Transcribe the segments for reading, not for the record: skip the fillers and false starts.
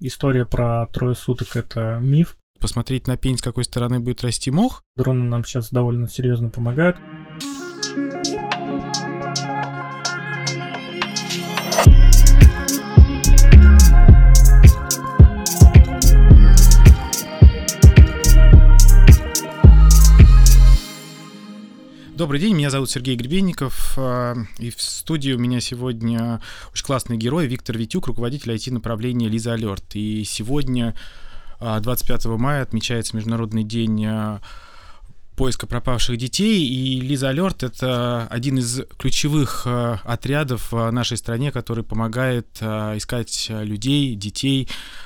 История про трое суток — это миф. Посмотреть на пень, с какой стороны будет расти мох. Дроны нам сейчас довольно серьезно помогают. Добрый день, меня зовут Сергей Гребенников, и в студии у меня сегодня очень классный герой Виктор Витюк, руководитель IT-направления Лиза Алерт. И сегодня, 25 мая, отмечается Международный день поиска пропавших детей, и Лиза Алерт — это один из ключевых отрядов в нашей стране, который помогает искать людей, детей.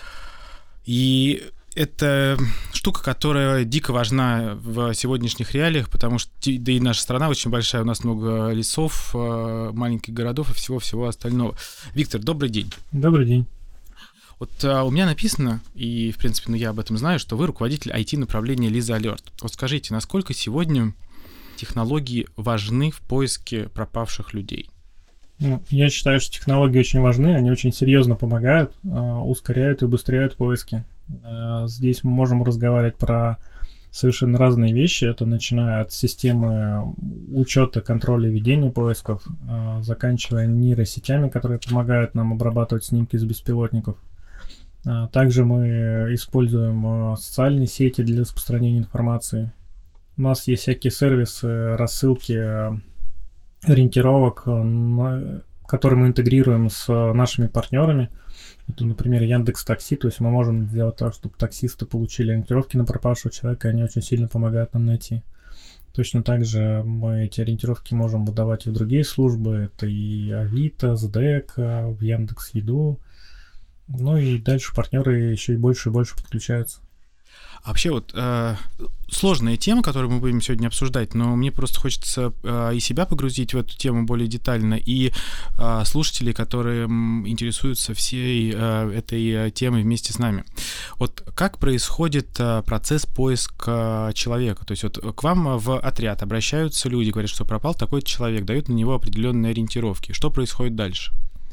И это штука, которая дико важна в сегодняшних реалиях, потому что да и наша страна очень большая, у нас много лесов, маленьких городов и всего-всего остального. Виктор, добрый день. Добрый день. Вот у меня написано, и, в принципе, я об этом знаю, что вы руководитель IT-направления Лиза Алерт. Вот скажите, насколько сегодня технологии важны в поиске пропавших людей? Я считаю, что технологии очень важны, они очень серьезно помогают, ускоряют и убыстряют поиски. Здесь мы можем разговаривать про совершенно разные вещи. Это начиная от системы учета, контроля и ведения поисков, заканчивая нейросетями, которые помогают нам обрабатывать снимки с беспилотников. Также мы используем социальные сети для распространения информации. У нас есть всякие сервисы, рассылки, ориентировок, которые мы интегрируем с нашими партнерами. Это, например, Яндекс.Такси, то есть мы можем сделать так, чтобы таксисты получили ориентировки на пропавшего человека, и они очень сильно помогают нам найти. Точно так же мы эти ориентировки можем выдавать и в другие службы, это и Авито, СДЭК, в Яндекс.Еду, ну и дальше партнеры еще и больше подключаются. А вообще вот сложная тема, которую мы будем сегодня обсуждать, но мне просто хочется и себя погрузить в эту тему более детально, и слушателей, которые интересуются всей этой темой вместе с нами. Вот как происходит процесс поиска человека? То есть вот к вам в отряд обращаются люди, говорят, что пропал такой-то человек, дают на него определенные ориентировки. Что происходит дальше?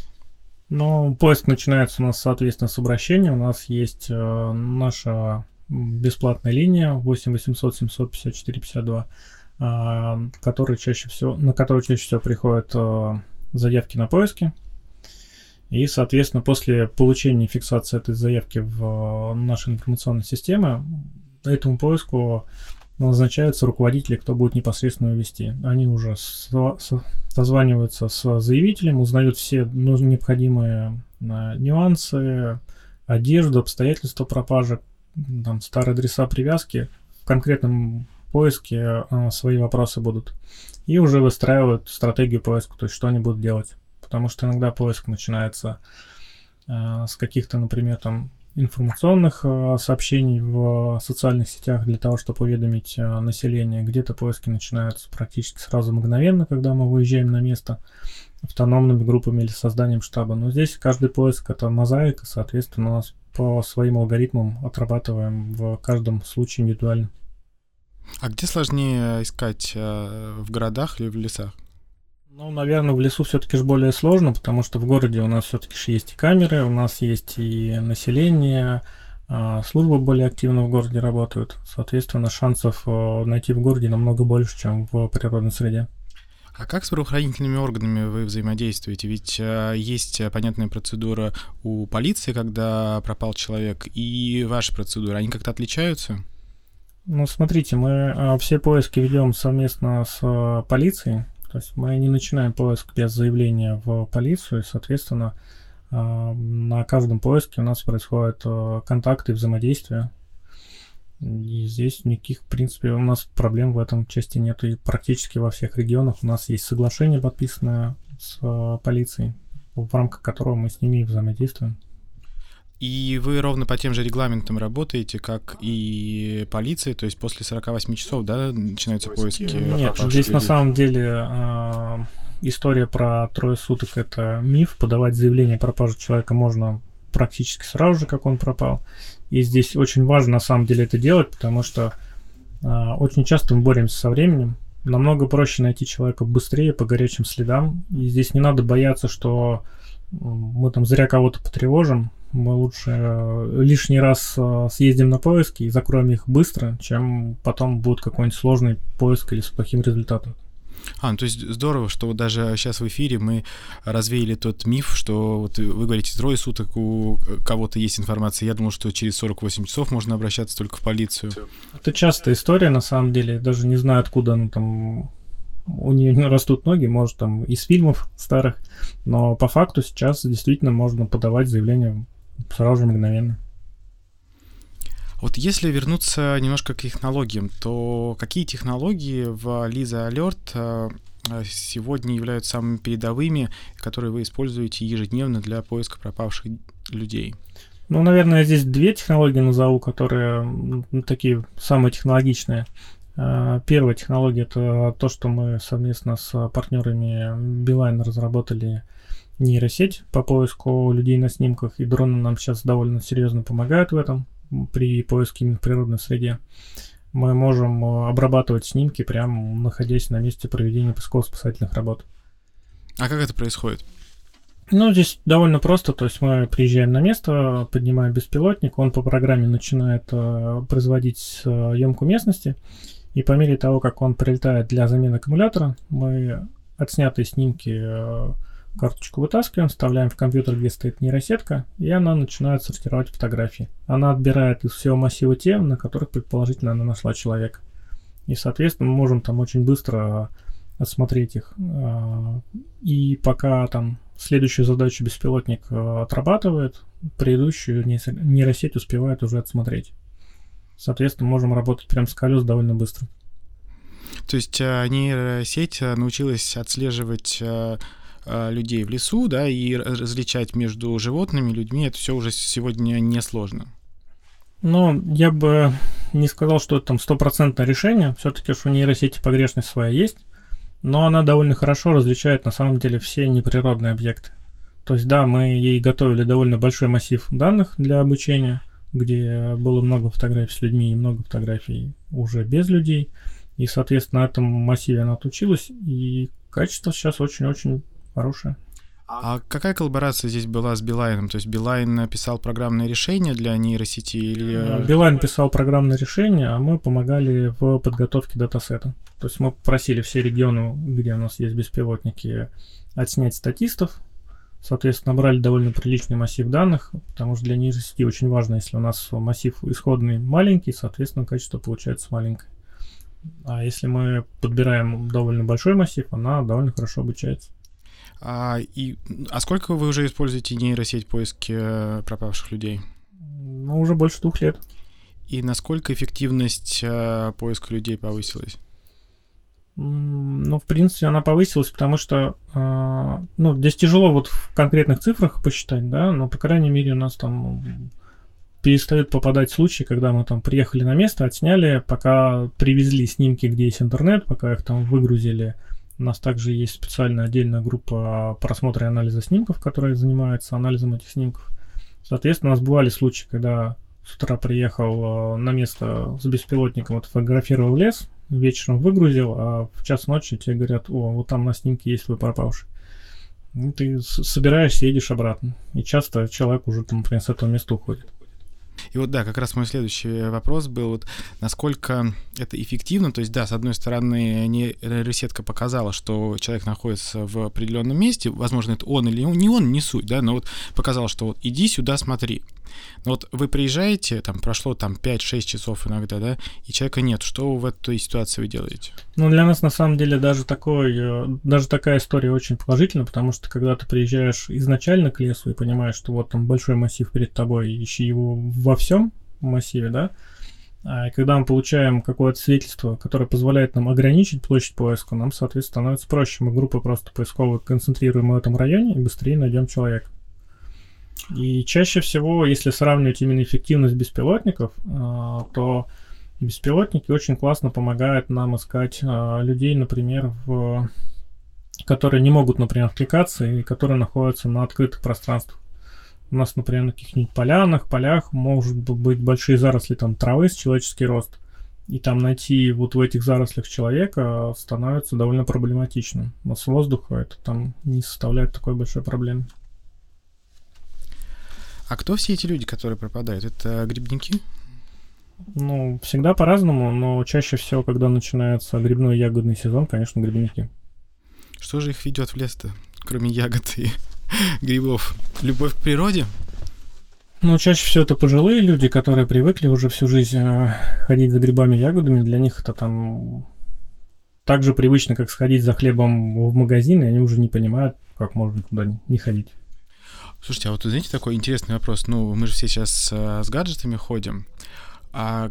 Ну, поиск начинается у нас, соответственно, с обращения. У нас есть наша бесплатная линия 8 800 754 52, на которой чаще всего приходят заявки на поиски. И, соответственно, после получения фиксации этой заявки в нашей информационной системе, этому поиску назначаются руководители, кто будет непосредственно его вести. Они уже созваниваются с заявителем, узнают все необходимые нюансы, одежду, обстоятельства пропажи, там, старые адреса привязки, в конкретном поиске свои вопросы будут. И уже выстраивают стратегию поиска, то есть что они будут делать. Потому что иногда поиск начинается с каких-то, например, там, информационных сообщений в социальных сетях для того, чтобы уведомить население. Где-то поиски начинаются практически сразу мгновенно, когда мы выезжаем на место автономными группами или созданием штаба. Но здесь каждый поиск — это мозаика, соответственно, у нас по своим алгоритмам отрабатываем в каждом случае индивидуально. А где сложнее искать, в городах или в лесах? Ну, наверное, в лесу все-таки же более сложно, потому что в городе у нас все-таки есть и камеры, у нас есть и население, службы более активно в городе работают. Соответственно, шансов найти в городе намного больше, чем в природной среде. А как с правоохранительными органами вы взаимодействуете? Ведь есть понятная процедура у полиции, когда пропал человек, и ваши процедуры, они как-то отличаются? Ну, смотрите, мы все поиски ведем совместно с полицией, то есть мы не начинаем поиск без заявления в полицию, и, соответственно, на каждом поиске у нас происходят контакты и взаимодействия. И здесь никаких, в принципе, у нас проблем в этом части нет. И практически во всех регионах у нас есть соглашение, подписанное с полицией, в рамках которого мы с ними взаимодействуем. И вы ровно по тем же регламентам работаете, как и полиция, то есть после 48 часов, да, начинаются поиски? Нет, здесь людей. На самом деле история про трое суток — это миф. Подавать заявление о пропаже человека можно практически сразу же, как он пропал. И здесь очень важно на самом деле это делать, потому что очень часто мы боремся со временем. Намного проще найти человека быстрее, по горячим следам. И здесь не надо бояться, что мы там зря кого-то потревожим. Мы лучше лишний раз съездим на поиски и закроем их быстро, чем потом будет какой-нибудь сложный поиск или с плохим результатом. Ну то есть здорово, что вот даже сейчас в эфире мы развеяли тот миф, что вот вы говорите, 3 суток у кого-то есть информация. Я думал, что через 48 часов можно обращаться только в полицию. Это частая история, на самом деле. Даже не знаю, откуда она там... У нее не растут ноги, может, там из фильмов старых. Но по факту сейчас действительно можно подавать заявление сразу же мгновенно. Вот если вернуться немножко к технологиям, то какие технологии в Lisa Alert сегодня являются самыми передовыми, которые вы используете ежедневно для поиска пропавших людей? Ну, наверное, я здесь 2 технологии назову, которые такие самые технологичные. Первая технология — это то, что мы совместно с партнерами Beeline разработали нейросеть по поиску людей на снимках, и дроны нам сейчас довольно серьезно помогают в этом. При поиске именно в природной среде. Мы можем обрабатывать снимки, прямо находясь на месте проведения поисково-спасательных работ. А как это происходит? Ну, здесь довольно просто. То есть мы приезжаем на место, поднимаем беспилотник, он по программе начинает производить съемку местности, и по мере того, как он прилетает для замены аккумулятора, мы отснятые снимки карточку вытаскиваем, вставляем в компьютер, где стоит нейросетка, и она начинает сортировать фотографии. Она отбирает из всего массива те, на которых предположительно она нашла человека. И, соответственно, мы можем там очень быстро осмотреть их. И пока там следующую задачу беспилотник отрабатывает, предыдущую нейросеть успевает уже отсмотреть. Соответственно, можем работать прям с колес довольно быстро. То есть нейросеть научилась отслеживать людей в лесу, да, и различать между животными и людьми, это все уже сегодня несложно. Ну, я бы не сказал, что это там 100% решение. Все-таки у нейросети погрешность своя есть, но она довольно хорошо различает на самом деле все неприродные объекты. То есть, да, мы ей готовили довольно большой массив данных для обучения, где было много фотографий с людьми и много фотографий уже без людей. И, соответственно, на этом массиве она отучилась, и качество сейчас очень-очень хорошая. А какая коллаборация здесь была с Beeline? То есть Beeline писал программное решение для нейросети или... Beeline писал программное решение, а мы помогали в подготовке датасета. То есть мы попросили все регионы, где у нас есть беспилотники, отснять статистов. Соответственно, набрали довольно приличный массив данных, потому что для нейросети очень важно, если у нас массив исходный маленький, соответственно, качество получается маленькое. А если мы подбираем довольно большой массив, она довольно хорошо обучается. А сколько вы уже используете нейросеть в поиске пропавших людей? Ну, уже больше 2 лет. И насколько эффективность поиска людей повысилась? Ну, в принципе, она повысилась, потому что, ну, здесь тяжело вот в конкретных цифрах посчитать, да, но, по крайней мере, у нас там перестают попадать случаи, когда мы там приехали на место, отсняли, пока привезли снимки, где есть интернет, пока их там выгрузили. У нас также есть специальная отдельная группа просмотра и анализа снимков, которая занимается анализом этих снимков. Соответственно, у нас бывали случаи, когда с утра приехал на место с беспилотником, отфотографировал лес, вечером выгрузил, а в час ночи тебе говорят: о, вот там на снимке есть твой пропавший. Ну, ты собираешься, едешь обратно. И часто человек уже там, например, с этого места уходит. И вот да, как раз мой следующий вопрос был, вот насколько это эффективно. То есть да, с одной стороны, нейросетка показала, что человек находится в определенном месте, возможно, это он или не он, не суть, да, но вот показала, что вот иди сюда, смотри. Но вот вы приезжаете, там прошло там 5-6 часов иногда, да, и человека нет. Что в этой ситуации вы делаете? Ну, для нас на самом деле даже такая история очень положительна, потому что когда ты приезжаешь изначально к лесу и понимаешь, что вот там большой массив перед тобой, ищи его во всем массиве, да, и когда мы получаем какое-то свидетельство, которое позволяет нам ограничить площадь поиска, нам, соответственно, становится проще. Мы группы просто поисковые концентрируем в этом районе и быстрее найдем человека. И чаще всего, если сравнивать именно эффективность беспилотников, то беспилотники очень классно помогают нам искать людей, например, которые не могут, например, отвлекаться и которые находятся на открытых пространствах. У нас, например, на каких-нибудь полях может быть большие заросли там травы с человеческий рост. И там найти вот в этих зарослях человека становится довольно проблематичным. Но с воздуха это там не составляет такой большой проблемы. А кто все эти люди, которые пропадают? Это грибники? Ну, всегда по-разному, но чаще всего, когда начинается грибной и ягодный сезон, конечно, грибники. Что же их ведет в лес-то, кроме ягод и грибов? Любовь к природе? Ну, чаще всего это пожилые люди, которые привыкли уже всю жизнь ходить за грибами и ягодами. Для них это там так же привычно, как сходить за хлебом в магазин, и они уже не понимают, как можно туда не ходить. Слушайте, а вот, знаете, такой интересный вопрос. Ну, мы же все сейчас с гаджетами ходим. А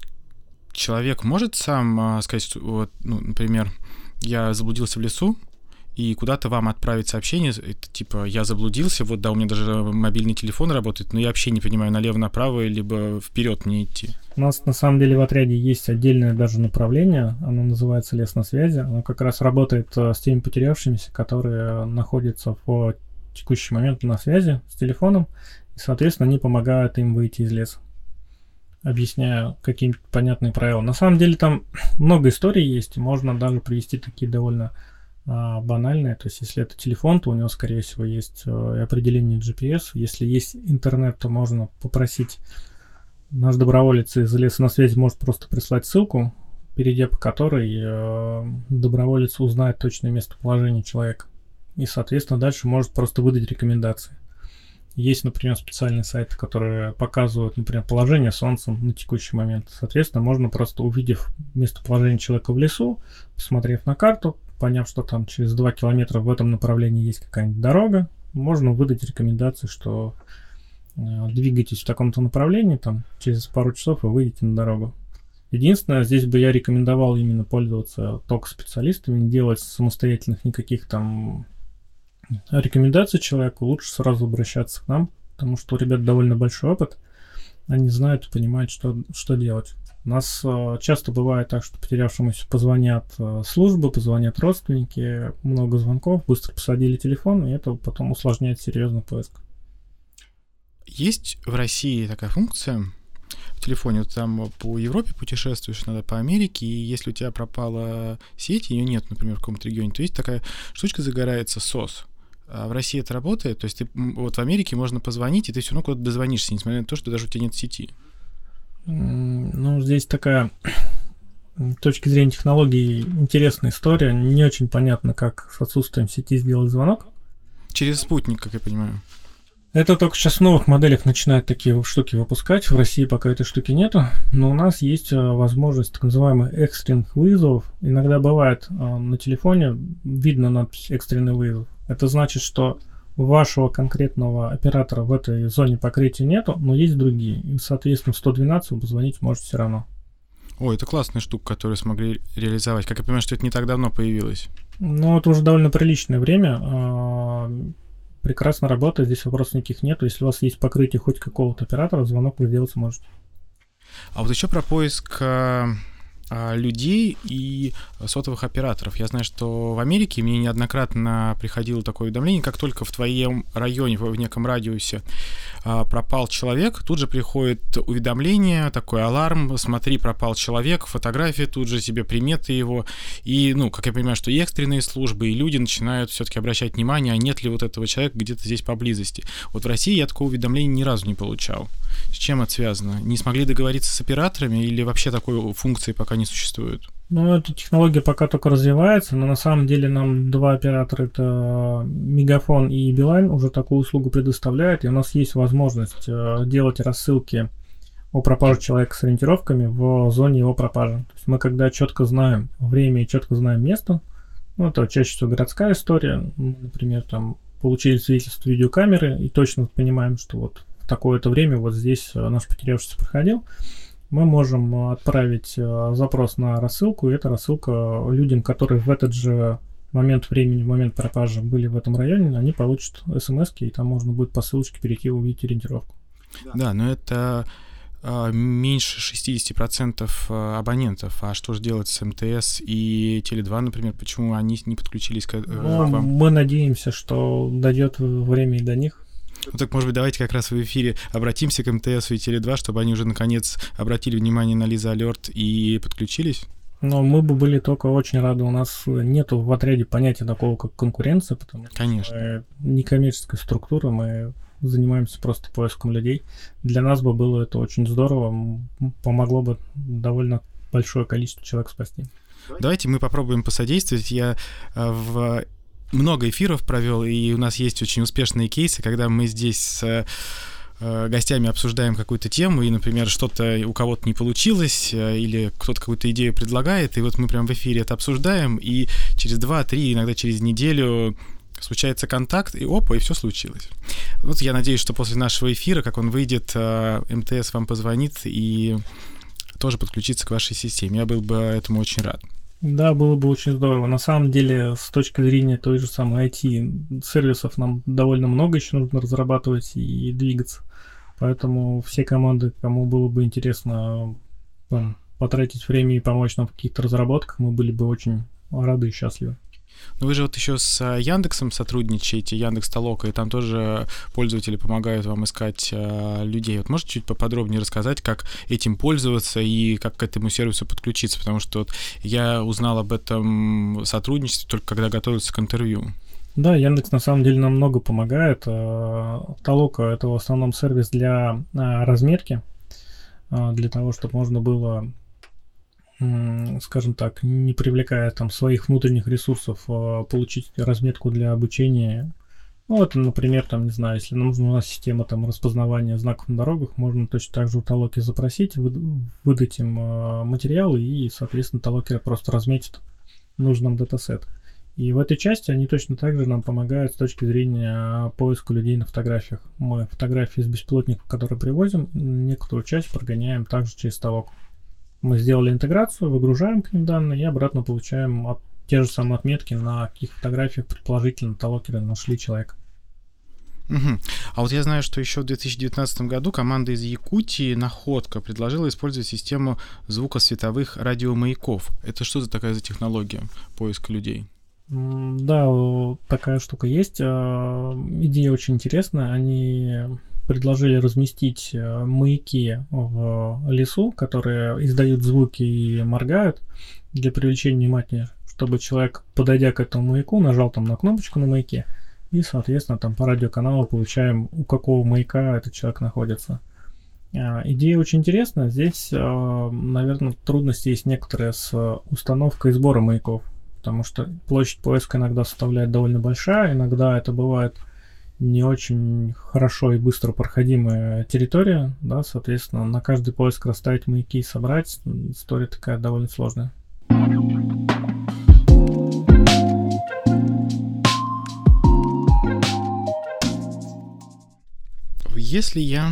человек может сам сказать, что, вот, ну, например, я заблудился в лесу, и куда-то вам отправить сообщение, это типа, я заблудился, вот да, у меня даже мобильный телефон работает, но я вообще не понимаю, налево-направо, либо вперед мне идти. У нас на самом деле в отряде есть отдельное даже направление, оно называется «Лес на связи», оно как раз работает с теми потерявшимися, которые находятся в текущий момент на связи с телефоном, и, соответственно, они помогают им выйти из леса, объясняя какие-то понятные правила. На самом деле там много историй есть, можно даже привести такие довольно банальные. То есть, если это телефон, то у него, скорее всего, есть определение GPS. Если есть интернет, то можно попросить, наш доброволец из леса на связи может просто прислать ссылку, перейдя по которой доброволец узнает точное местоположение человека. И, соответственно, дальше может просто выдать рекомендации. Есть, например, специальные сайты, которые показывают, например, положение Солнца на текущий момент. Соответственно, можно просто, увидев местоположение человека в лесу, посмотрев на карту, поняв, что там через 2 километра в этом направлении есть какая-нибудь дорога, можно выдать рекомендации, что двигайтесь в таком-то направлении, там через пару часов вы выйдете на дорогу. Единственное, здесь бы я рекомендовал именно пользоваться только специалистами, не делать самостоятельных никаких там рекомендаций человеку, лучше сразу обращаться к нам, потому что у ребят довольно большой опыт, они знают и понимают, что делать. У нас часто бывает так, что потерявшемуся позвонят службы, позвонят родственники, много звонков, быстро посадили телефон, и это потом усложняет серьезно поиск. Есть в России такая функция в телефоне, вот там по Европе путешествуешь, надо по Америке, и если у тебя пропала сеть, ее нет, например, в каком-то регионе, то есть такая штучка загорается СОС. А в России это работает? То есть ты вот в Америке можно позвонить, и ты все равно куда-то дозвонишься, несмотря на то, что даже у тебя нет сети. Ну, здесь такая, с точки зрения технологий, интересная история. Не очень понятно, как с отсутствием сети сделать звонок. Через спутник, как я понимаю. Это только сейчас в новых моделях начинают такие штуки выпускать. В России пока этой штуки нету. Но у нас есть возможность так называемых экстренных вызовов. Иногда бывает на телефоне видно надпись «экстренный вызов». Это значит, что вашего конкретного оператора в этой зоне покрытия нету, но есть другие. И, соответственно, в 112 вы позвонить можете все равно. Ой, это классная штука, которую смогли реализовать. Как я понимаю, что это не так давно появилось. Ну, это уже довольно приличное время. Прекрасно работает, здесь вопросов никаких нет. Если у вас есть покрытие хоть какого-то оператора, звонок вы сделать сможете. А вот еще про поиск людей и сотовых операторов. Я знаю, что в Америке мне неоднократно приходило такое уведомление, как только в твоем районе, в неком радиусе пропал человек, тут же приходит уведомление, такой аларм, смотри, пропал человек, фотографии, тут же тебе приметы его, и, ну, как я понимаю, что и экстренные службы, и люди начинают все-таки обращать внимание, а нет ли вот этого человека где-то здесь поблизости. Вот в России я такого уведомления ни разу не получал. С чем это связано? Не смогли договориться с операторами или вообще такой функции пока не существует? Ну, эта технология пока только развивается, но на самом деле нам два оператора, это Мегафон и Билайн, уже такую услугу предоставляют, и у нас есть возможность делать рассылки о пропаже человека с ориентировками в зоне его пропажи. То есть мы когда четко знаем время и четко знаем место, ну, это чаще всего городская история, например, там получили свидетельство видеокамеры и точно понимаем, что вот в такое-то время вот здесь наш потерявшийся проходил, мы можем отправить запрос на рассылку, и эта рассылка людям, которые в этот же момент времени, в момент пропажи были в этом районе, они получат смс-ки, и там можно будет по ссылочке перейти и увидеть ориентировку. Да, но это меньше 60% абонентов. А что же делать с МТС и Теле2, например? Почему они не подключились к вам? Мы надеемся, что дойдет время и до них. Ну так, может быть, давайте как раз в эфире обратимся к МТС и Теле2, чтобы они уже наконец обратили внимание на Лиза Алерт и подключились? Но мы бы были только очень рады. У нас нету в отряде понятия такого, как конкуренция, потому что Конечно. мы некоммерческая структура, мы занимаемся просто поиском людей. Для нас бы было это очень здорово, помогло бы довольно большое количество человек спасти. Давайте мы попробуем посодействовать. Я много эфиров провел, и у нас есть очень успешные кейсы, когда мы здесь с гостями обсуждаем какую-то тему, и, например, что-то у кого-то не получилось, или кто-то какую-то идею предлагает, и вот мы прям в эфире это обсуждаем, и через 2-3, иногда через неделю случается контакт, и опа, и все случилось. Вот я надеюсь, что после нашего эфира, как он выйдет, МТС вам позвонит и тоже подключится к вашей системе. Я был бы этому очень рад. Да, было бы очень здорово. На самом деле, с точки зрения той же самой IT-сервисов, нам довольно много еще нужно разрабатывать и двигаться. Поэтому все команды, кому было бы интересно потратить время и помочь нам в каких-то разработках, мы были бы очень рады и счастливы. Но вы же вот еще с Яндексом сотрудничаете, Яндекс.Толока, и там тоже пользователи помогают вам искать людей. Вот можете чуть поподробнее рассказать, как этим пользоваться и как к этому сервису подключиться? Потому что вот я узнал об этом сотрудничестве только когда готовился к интервью. Да, Яндекс на самом деле нам много помогает. Толока — это в основном сервис для разметки, для того, чтобы можно было, скажем так, не привлекая там своих внутренних ресурсов, получить разметку для обучения. Ну, это, например, там, не знаю, если нам нужна у нас система там распознавания знаков на дорогах, можно точно так же у Толоки запросить, выдать им материалы, и, соответственно, Толокер просто разметит нужный нам датасет. И в этой части они точно так же нам помогают с точки зрения поиска людей на фотографиях. Мы фотографии из беспилотников, которые привозим, некоторую часть прогоняем также через Толоку. Мы сделали интеграцию, выгружаем к ним данные и обратно получаем те же самые отметки, на каких фотографиях предположительно Толокеры нашли человека. Угу. А вот я знаю, что еще в 2019 году команда из Якутии «Находка» предложила использовать систему звукосветовых радиомаяков. Это что за такая технология поиска людей? Да, такая штука есть. Идея очень интересная. Они предложили разместить маяки в лесу, которые издают звуки и моргают для привлечения внимания, чтобы человек, подойдя к этому маяку, нажал там на кнопочку на маяке, и, соответственно, там по радиоканалу получаем, у какого маяка этот человек находится. Идея очень интересная. Здесь, наверное, трудности есть некоторые с установкой и сбором маяков, потому что площадь поиска иногда составляет довольно большая, иногда это бывает не очень хорошо и быстро проходимая территория, да, соответственно, на каждый поиск расставить маяки и собрать, история такая довольно сложная. Если я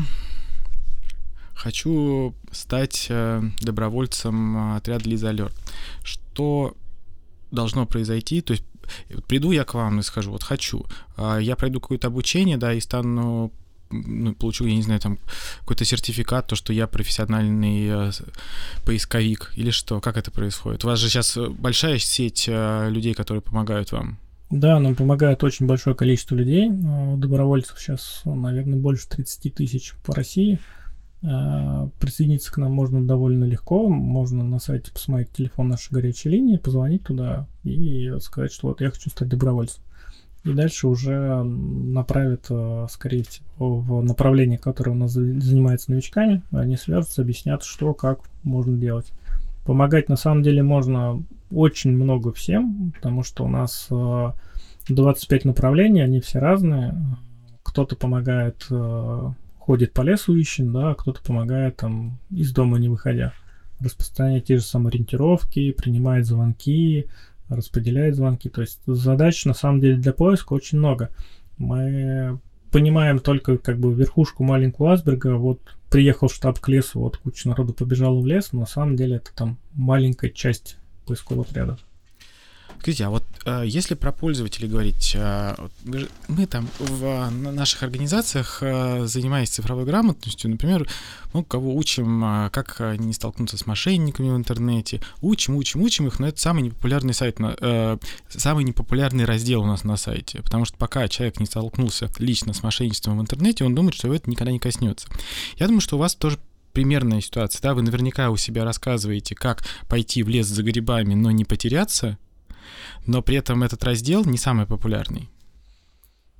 хочу стать добровольцем отряда Лиза Алерт, что должно произойти? То есть приду я к вам и скажу, вот хочу, я пройду какое-то обучение, да, и стану, получу, я не знаю, там какой-то сертификат, то, что я профессиональный поисковик, или что, как это происходит? У вас же сейчас большая сеть людей, которые помогают вам. Да, нам помогает очень большое количество людей, добровольцев сейчас, наверное, больше 30 тысяч по России. Присоединиться к нам можно довольно легко, можно на сайте посмотреть телефон нашей горячей линии, позвонить туда и сказать, что вот я хочу стать добровольцем. И дальше уже направят, скорее всего, в направление, которое у нас занимается новичками, они свяжутся, объяснят, что, как можно делать. Помогать на самом деле можно очень много всем, потому что у нас 25 направлений, они все разные. Кто-то помогает, ходит по лесу ищет, да, кто-то помогает там из дома не выходя. Распространяет те же самые ориентировки, принимает звонки, распределяет звонки. То есть задач на самом деле для поиска очень много. Мы понимаем только как бы верхушку маленького айсберга. Вот приехал в штаб к лесу, вот куча народу побежала в лес, но на самом деле это там маленькая часть поискового отряда. Скажите, а вот если про пользователей говорить, мы там в наших организациях, занимаясь цифровой грамотностью, например, ну, кого учим, как не столкнуться с мошенниками в интернете, учим их, но это самый непопулярный сайт, самый непопулярный раздел у нас на сайте, потому что пока человек не столкнулся лично с мошенничеством в интернете, он думает, что его это никогда не коснется. Я думаю, что у вас тоже примерная ситуация, да, вы наверняка у себя рассказываете, как пойти в лес за грибами, но не потеряться, но при этом этот раздел не самый популярный.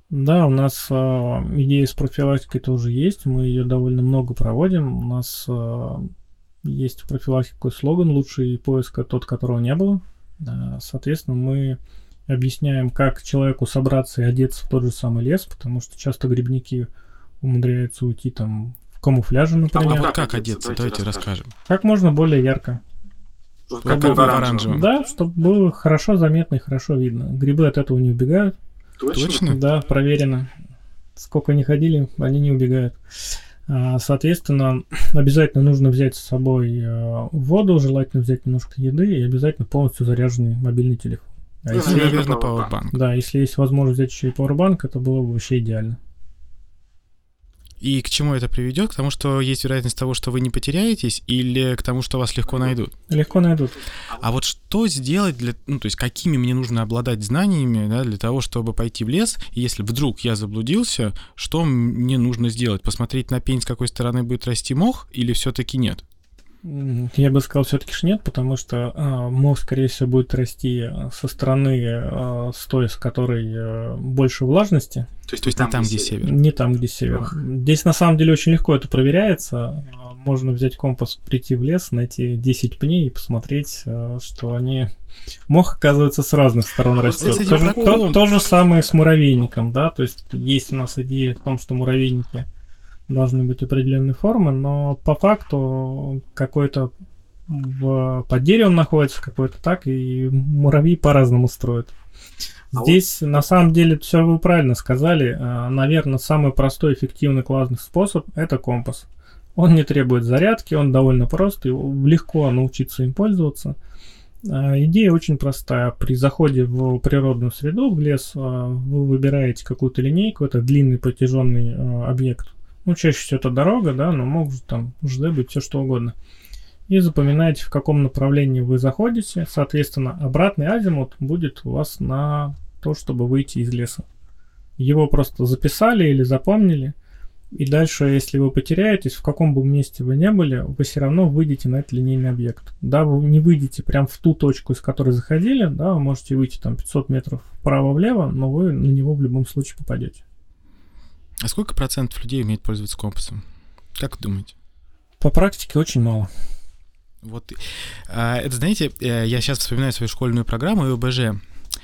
Да, у нас идея с профилактикой тоже есть, мы ее довольно много проводим. У нас есть в профилактике такой слоган «Лучший поиск тот, которого не было». Соответственно, мы объясняем, как человеку собраться и одеться в тот же самый лес, потому что часто грибники умудряются уйти там в камуфляже, например. А вот как одеться? Давайте расскажем. Как можно более ярко. Как бы в оранжевом. Да, чтобы было хорошо заметно и хорошо видно. Грибы от этого не убегают. Точно? Да, проверено. Сколько ни ходили, они не убегают. Соответственно, обязательно нужно взять с собой воду, желательно взять немножко еды и обязательно полностью заряженный мобильный телефон. Если, наверное, пауэрбанк. Да, если есть возможность взять еще и пауэрбанк, это было бы вообще идеально. И к чему это приведет? К тому, что есть вероятность того, что вы не потеряетесь, или к тому, что вас легко найдут? Легко найдут. А вот что сделать то есть какими мне нужно обладать знаниями, да, для того, чтобы пойти в лес, и если вдруг я заблудился, что мне нужно сделать? Посмотреть на пень, с какой стороны будет расти мох, или все-таки нет? Я бы сказал, все-таки нет, потому что мох, скорее всего, будет расти со стороны, с той, с которой больше влажности. То есть не там, где север? Не там, где север. Здесь, на самом деле, очень легко это проверяется. Можно взять компас, прийти в лес, найти 10 пней и посмотреть, что они... Мох, оказывается, с разных сторон растет. То же самое с муравейником, да, то есть есть у нас идея в том, что муравейники должны быть определенной формы, но по факту какой-то под деревом находится, какой-то так, и муравьи по-разному строят. Здесь, на самом деле, все вы правильно сказали. Наверное, самый простой, эффективный, классный способ – это компас. Он не требует зарядки, он довольно прост, и легко научиться им пользоваться. Идея очень простая. При заходе в природную среду, в лес, вы выбираете какую-то линейку, это длинный протяженный объект. Ну, чаще всего это дорога, да, но могут там ЖД быть все что угодно. И запоминаете, в каком направлении вы заходите. Соответственно, обратный азимут будет у вас на то, чтобы выйти из леса. Его просто записали или запомнили. И дальше, если вы потеряетесь, в каком бы месте вы ни были, вы все равно выйдете на этот линейный объект. Да, вы не выйдете прямо в ту точку, из которой заходили, да, вы можете выйти там 500 метров вправо-влево, но вы на него в любом случае попадете. А сколько процентов людей умеет пользоваться компасом? Как вы думаете? По практике очень мало. Вот, это, знаете, я сейчас вспоминаю свою школьную программу ИОБЖ.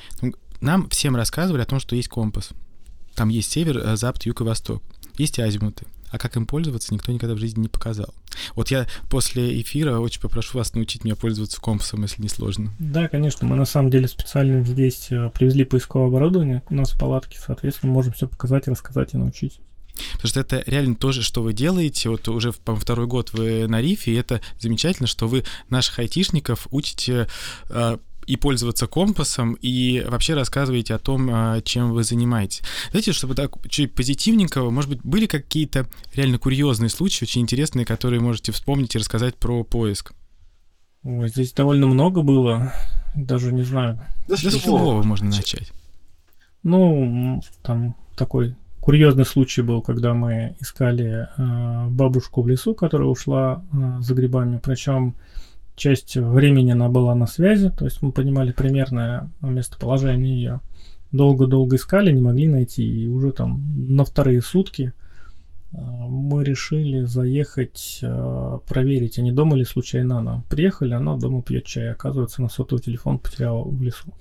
Нам всем рассказывали о том, что есть компас. Там есть север, запад, юг и восток. Есть азимуты. А как им пользоваться, никто никогда в жизни не показал. Вот я после эфира очень попрошу вас научить меня пользоваться компасом, если не сложно. Да, конечно. Мы на самом деле специально здесь привезли поисковое оборудование у нас в палатке. Соответственно, можем все показать, рассказать и научить. Потому что это реально то же, что вы делаете. Вот уже, по-моему, второй год вы на рифе, и это замечательно, что вы наших айтишников учите и пользоваться компасом, и вообще рассказываете о том, чем вы занимаетесь. Знаете, чтобы так чуть позитивненько, может быть, были какие-то реально курьезные случаи, очень интересные, которые можете вспомнить и рассказать про поиск? Ой, здесь довольно много было, даже не знаю. Да с любого можно начать. Ну, там такой курьезный случай был, когда мы искали бабушку в лесу, которая ушла за грибами, причем часть времени она была на связи, то есть мы понимали примерное местоположение ее. Долго-долго искали, не могли найти, и уже там на вторые сутки мы решили заехать, проверить, а не дома ли случайно она. Приехали, она дома пьет чай, оказывается, на сотовый телефон потеряла в лесу.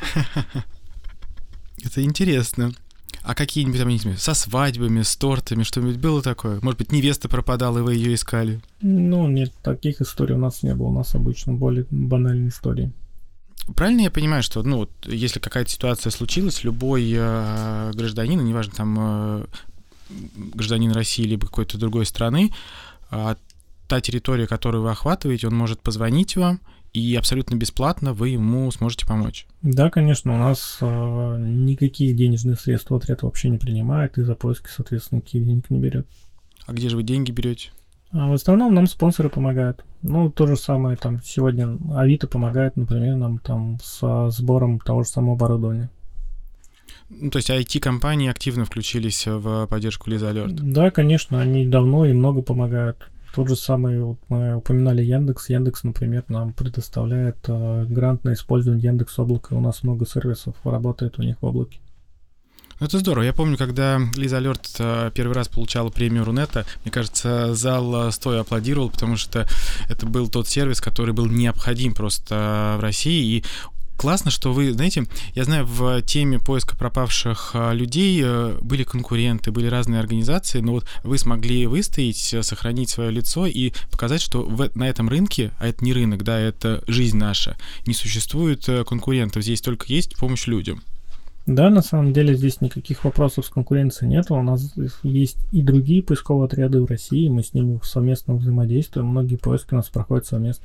Это интересно. А какие-нибудь там, не знаю, со свадьбами, с тортами, что-нибудь было такое? Может быть, невеста пропадала, и вы ее искали? Ну, нет, таких историй у нас не было. У нас обычно более банальные истории. Правильно я понимаю, что, ну, вот, если какая-то ситуация случилась, любой гражданин, неважно, там, гражданин России либо какой-то другой страны, та территория, которую вы охватываете, он может позвонить вам, и абсолютно бесплатно вы ему сможете помочь. Да, конечно, у нас никакие денежные средства отряд вообще не принимает, и за поиски, соответственно, никаких денег не берет. А где же вы деньги берете? В основном нам спонсоры помогают. Ну, то же самое, там, сегодня Авито помогает, например, нам там со сбором того же самого оборудования. Ну, то есть IT-компании активно включились в поддержку Лиза Алерт? Да, конечно, они давно и много помогают. Тот же самый, вот мы упоминали Яндекс. Яндекс, например, нам предоставляет грант на использование Яндекс.Облака. У нас много сервисов работает у них в облаке. Ну, это здорово. Я помню, когда Лиза Алерт первый раз получала премию Рунета, мне кажется, зал стоя аплодировал, потому что это был тот сервис, который был необходим просто в России. И классно, что вы, знаете, я знаю, в теме поиска пропавших людей были конкуренты, были разные организации, но вот вы смогли выстоять, сохранить свое лицо и показать, что на этом рынке, а это не рынок, да, это жизнь наша, не существует конкурентов, здесь только есть помощь людям. Да, на самом деле здесь никаких вопросов с конкуренцией нет. У нас есть и другие поисковые отряды в России, мы с ними совместно взаимодействуем, многие поиски у нас проходят совместно.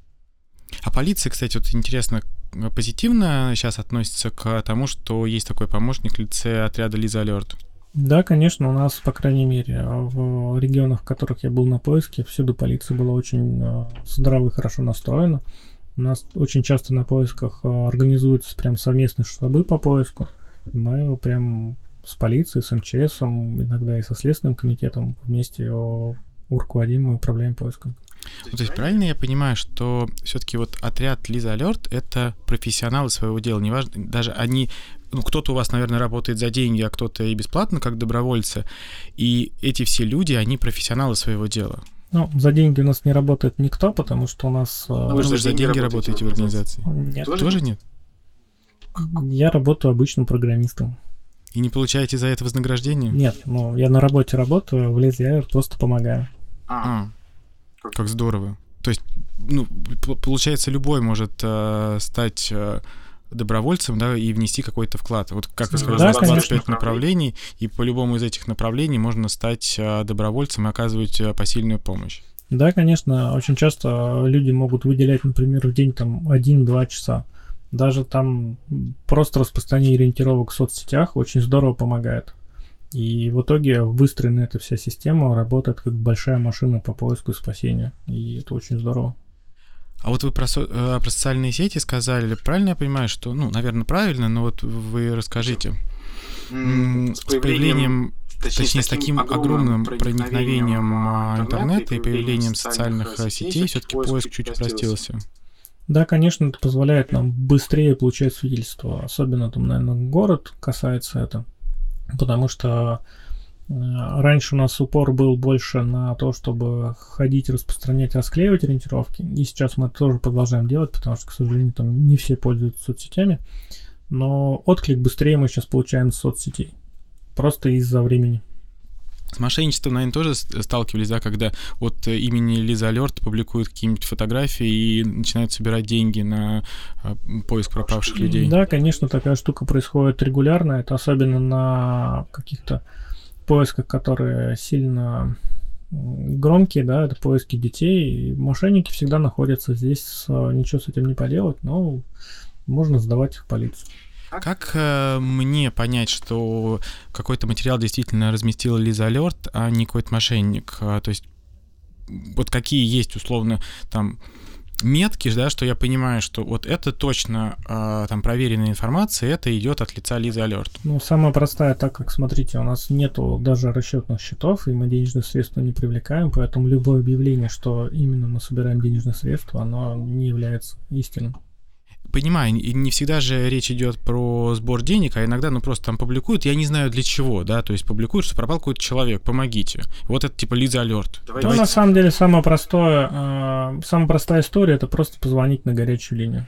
А полиция, кстати, вот интересно, позитивно сейчас относится к тому, что есть такой помощник в лице отряда Лиза Алерт? Да, конечно, у нас, по крайней мере, в регионах, в которых я был на поиске, всюду полиция была очень здраво и хорошо настроена. У нас очень часто на поисках организуются прям совместные штабы по поиску. Мы прям с полицией, с МЧСом, иногда и со Следственным комитетом вместе руководим и управляем поиском. Ну, то есть правильно я понимаю, что все-таки вот отряд Лиза Алерт — это профессионалы своего дела, неважно, даже они, ну, кто-то у вас, наверное, работает за деньги, а кто-то и бесплатно, как добровольцы, и эти все люди, они профессионалы своего дела. Ну, за деньги у нас не работает никто, потому что у нас... Вы же за деньги работаете в организации? Нет. Тоже нет? Я работаю обычным программистом. И не получаете за это вознаграждение? Нет, ну, я на работе работаю, в Лизе Алерт просто помогаю. Как здорово. То есть, ну, получается, любой может стать добровольцем, да, и внести какой-то вклад. Вот как вы сказали, да, 25 направлений, и по любому из этих направлений можно стать добровольцем и оказывать посильную помощь. Да, конечно, очень часто люди могут выделять, например, в день там 1-2 часа. Даже там просто распространение ориентировок в соцсетях очень здорово помогает. И в итоге выстроена эта вся система работает как большая машина по поиску и спасению. И это очень здорово. А вот вы про социальные сети сказали, правильно я понимаю, что, ну, наверное, правильно, но вот вы расскажите. С появлением, точнее, с таким огромным проникновением интернета и появлением социальных сетей все-таки поиск чуть упростился. Да, конечно, это позволяет нам быстрее получать свидетельства. Особенно там, наверное, город касается это. Потому что раньше у нас упор был больше на то, чтобы ходить, распространять, расклеивать ориентировки. И сейчас мы это тоже продолжаем делать, потому что, к сожалению, там не все пользуются соцсетями. Но отклик быстрее мы сейчас получаем с соцсетей. Просто из-за времени. С мошенничеством, наверное, тоже сталкивались, да, когда от имени Лиза Алерт публикуют какие-нибудь фотографии и начинают собирать деньги на поиск пропавших людей? Да, конечно, такая штука происходит регулярно. Это особенно на каких-то поисках, которые сильно громкие, да, это поиски детей. И мошенники всегда находятся здесь, ничего с этим не поделать, но можно сдавать их в полицию. Как мне понять, что какой-то материал действительно разместила Лиза Алерт, а не какой-то мошенник? То есть вот какие есть условно там метки, да, что я понимаю, что вот это точно там проверенная информация, это идет от лица Лизы Алерт? Ну, самая простая, так как, смотрите, у нас нету даже расчетных счетов, и мы денежные средства не привлекаем, поэтому любое объявление, что именно мы собираем денежные средства, оно не является истинным. Понимаю, и не всегда же речь идет про сбор денег, а иногда, ну, просто там публикуют, я не знаю для чего, да, то есть публикуют, что пропал какой-то человек, помогите. Вот это типа Лиза Алерт. Ну, на самом деле, самая простая история — это просто позвонить на горячую линию.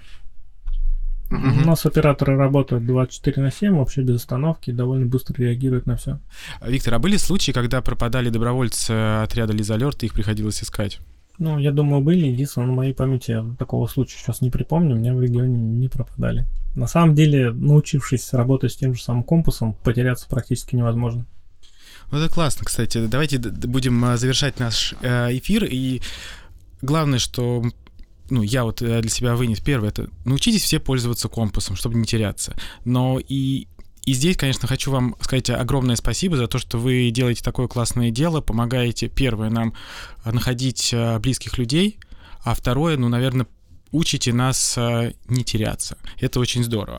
У нас операторы работают 24/7, вообще без остановки, и довольно быстро реагируют на все. Виктор, а были случаи, когда пропадали добровольцы отряда Лиза Алерт, и их приходилось искать? Ну, я думаю, были. Единственное, на моей памяти такого случая сейчас не припомню. У меня в регионе не пропадали. На самом деле, научившись работать с тем же самым компасом, потеряться практически невозможно. Ну, это классно, кстати. Давайте будем завершать наш эфир. И главное, что я вот для себя вынес первое, это научитесь все пользоваться компасом, чтобы не теряться. Но и здесь, конечно, хочу вам сказать огромное спасибо за то, что вы делаете такое классное дело, помогаете, первое, нам находить близких людей, а второе, наверное, учите нас не теряться. Это очень здорово.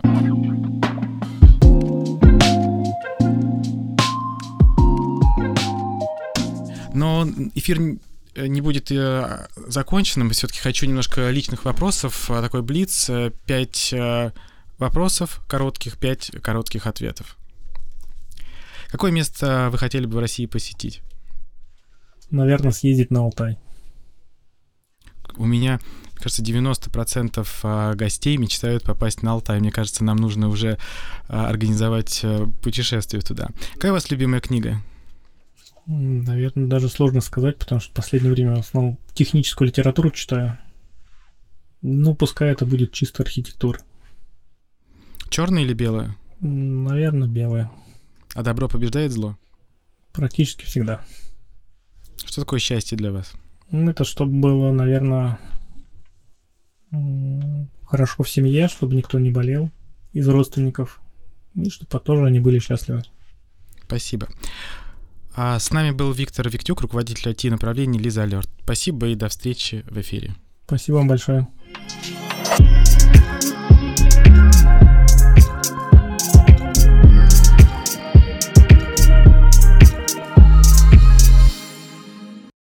Но эфир не будет законченным. Все-таки хочу немножко личных вопросов. Такой блиц. 5 вопросов коротких, 5 коротких ответов. Какое место вы хотели бы в России посетить? Наверное, съездить на Алтай. У меня, кажется, 90% гостей мечтают попасть на Алтай. Мне кажется, нам нужно уже организовать путешествие туда. Какая у вас любимая книга? Наверное, даже сложно сказать, потому что в последнее время в основном техническую литературу читаю. Ну, пускай это будет чисто архитектура. Черная или белая? Наверное, белая. А добро побеждает зло? Практически всегда. Что такое счастье для вас? Это чтобы было, наверное, хорошо в семье, чтобы никто не болел из родственников, и чтобы тоже они были счастливы. Спасибо. С нами был Виктор Виктюк, руководитель IT-направления Лиза Алерт. Спасибо и до встречи в эфире. Спасибо вам большое.